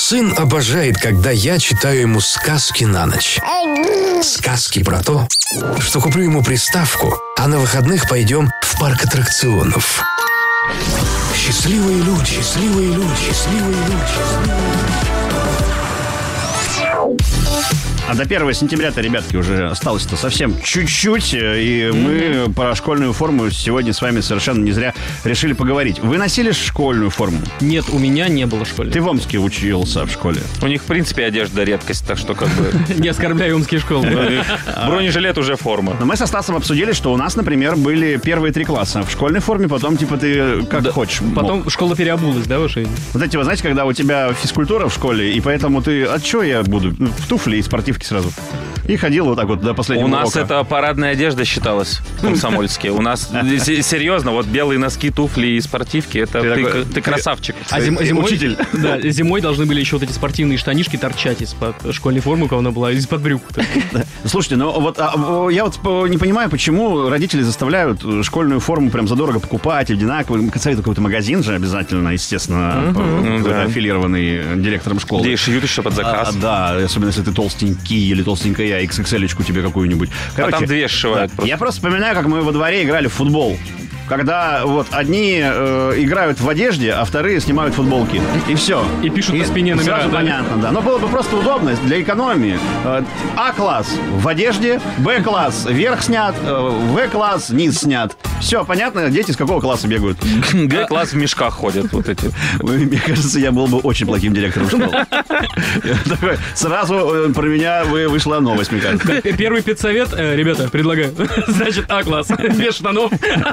Сын обожает, когда я читаю ему сказки на ночь. Сказки про то, что куплю ему приставку, а на выходных пойдем в парк аттракционов. Счастливые люди, счастливые люди, счастливые люди. А до 1 сентября-то, ребятки, уже осталось-то совсем чуть-чуть. И мы про школьную форму сегодня с вами совершенно не зря решили поговорить. Вы носили школьную форму? Нет, у меня не было школы. Ты в Омске учился в школе? У них, в принципе, одежда редкость, так что как бы... Не оскорбляй омские школы. Бронежилет уже форма. Но мы со Стасом обсудили, что у нас, например, были первые 3 класса в школьной форме, потом, типа, ты как хочешь. Потом школа переобулась, да, ваша? Вот эти, вы знаете, когда у тебя физкультура в школе, и поэтому ты, а что я буду? В туфли и спортивки сразу. И ходил вот так вот до последнего У нас урока. это парадная одежда считалась в Комсомольске. У нас, серьезно, вот белые носки, туфли и спортивки, это ты красавчик. А зимой, учитель. Да, зимой должны были еще вот эти спортивные штанишки торчать из-под школьной формы, у кого она была, из-под брюк. Слушайте, ну вот я вот не понимаю, почему родители заставляют школьную форму прям задорого покупать, одинаково. Советую какой-то магазин же обязательно, естественно, аффилированный директором школы. Где шьют еще под заказ. Да, особенно если ты толстенький или толстенькая, XXL-очку тебе какую-нибудь. Короче, там 2 сшивают. Да. Я просто вспоминаю, как мы во дворе играли в футбол. Когда вот одни играют в одежде, а вторые снимают футболки. И все. И пишут на спине номера. Сразу понятно, да. Но было бы просто удобно для экономии. А-класс в одежде, Б-класс верх снят, В-класс низ снят. Все, понятно, дети с какого класса бегают? Г-класс в мешках ходят вот эти. Мне кажется, я был бы очень плохим директором школы. Сразу про меня вышла новость, мне кажется. Первый педсовет, ребята, предлагаю. Значит, А-класс, без штанов.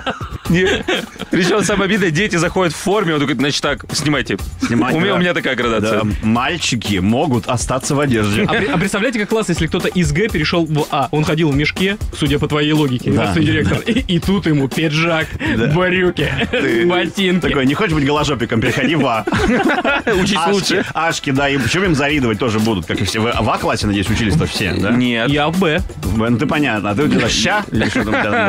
Причем самое обидное, дети заходят в форме, он говорит, значит так, снимайте. У меня такая градация. Да, мальчики могут остаться в одежде. А представляете, как классно, если кто-то из Г перешел в А. Он ходил в мешке, судя по твоей логике, директор. И тут ему пиджак, брюки, ботинки. Такой, не хочешь быть голожопиком, переходи в А. Учись лучше. Ашки, да, и почему им завидовать тоже будут, как и все. Вы в А-классе, надеюсь, учились-то все, да? Нет. Я в Б. Ну ты понятно, а ты у тебя ща? Или что там у тебя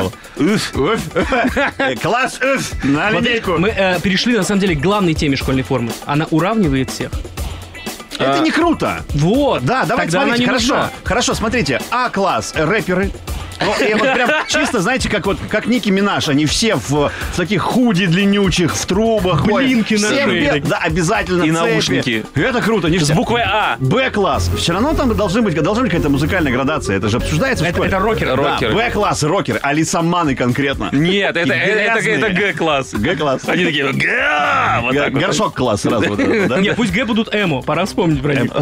было? Класс, на линейку. Мы перешли, на самом деле, к главной теме школьной формы. Она уравнивает всех. Это не круто. Вот. Да, давайте смотрите, хорошо. Нужна. Хорошо, смотрите. А-класс, рэперы. И вот прям чисто, знаете, как Ники Минаж. Они все в таких худи длиннючих, в трубах. Блинки на шее. Да, обязательно и цепи. наушники. Это круто. Не с буквой А. Б-класс. Все равно там должна быть какая-то музыкальная градация. Это же обсуждается в школе. Это рокеры. Да, Б-класс, рокеры. А лисаманы конкретно. Нет, это Г-класс. Г-класс. Они такие, Г! Вот так вот. Горшок-класс сразу. Нет, пусть Г будут эмо. Пора вспомнить про них.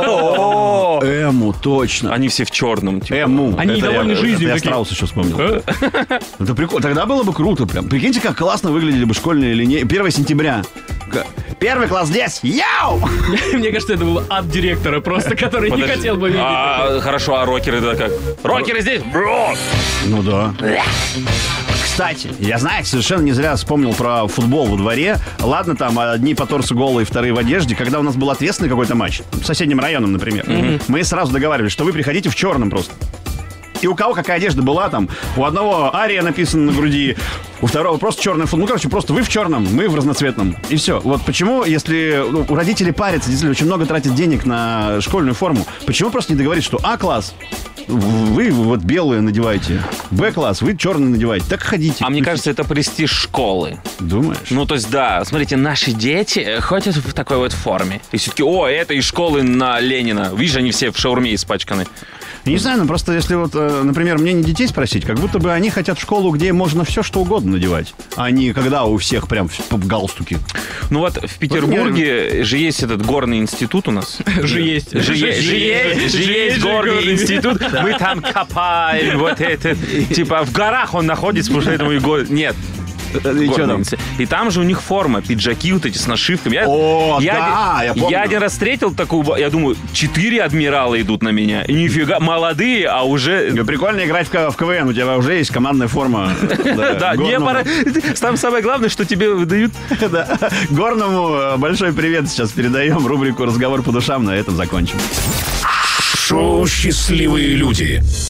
Эму, точно. Они все в черном. Эму. Они недовольны жизнью. Я Страус еще вспомнил. Это прикольно. Тогда было бы круто прям. Прикиньте, как классно выглядели бы школьные линейки. 1 сентября. 1 класс здесь. Яу! Мне кажется, это был ад директора просто, который не хотел бы видеть. Хорошо, а рокеры это как? Рокеры здесь, бро! Ну да. Кстати, я, знаете, совершенно не зря вспомнил про футбол во дворе. Ладно, там одни по торсу голые, вторые в одежде. Когда у нас был ответственный какой-то матч, с соседним районом, например, мы сразу договаривались, что вы приходите в черном просто. И у кого какая одежда была там. У одного Ария написано на груди, у второго просто черная футболка. Ну, короче, просто вы в черном, мы в разноцветном. И все. Вот почему, если у родителей парятся, действительно очень много тратят денег на школьную форму, почему просто не договорить, что А-класс, вы вот белые надеваете, Б-класс, вы черные надеваете. Так ходите. А мне кажется, это престиж школы. Думаешь? Ну, то есть, да, смотрите, наши дети ходят в такой вот форме. И все-таки, это из школы на Ленина. Видишь, они все в шаурме испачканы. Не знаю, ну просто если вот, например, мне не детей спросить, как будто бы они хотят в школу, где можно все что угодно надевать, а не когда у всех прям в галстуке. Ну вот в Петербурге же есть этот горный институт у нас. Же есть горный институт. Мы там копаем вот это. Типа в горах он находится, потому что этому и год. Нет. И что там? И там же у них форма, пиджаки вот эти с нашивками. Я помню. Я один раз встретил такую, я думаю, 4 адмирала идут на меня. И нифига, молодые, а уже... Прикольно играть в КВН, у тебя уже есть командная форма. Да, не пора. Там самое главное, что тебе выдают. Горному большой привет сейчас передаем. Рубрику «Разговор по душам» на этом закончим. Шоу «Счастливые люди».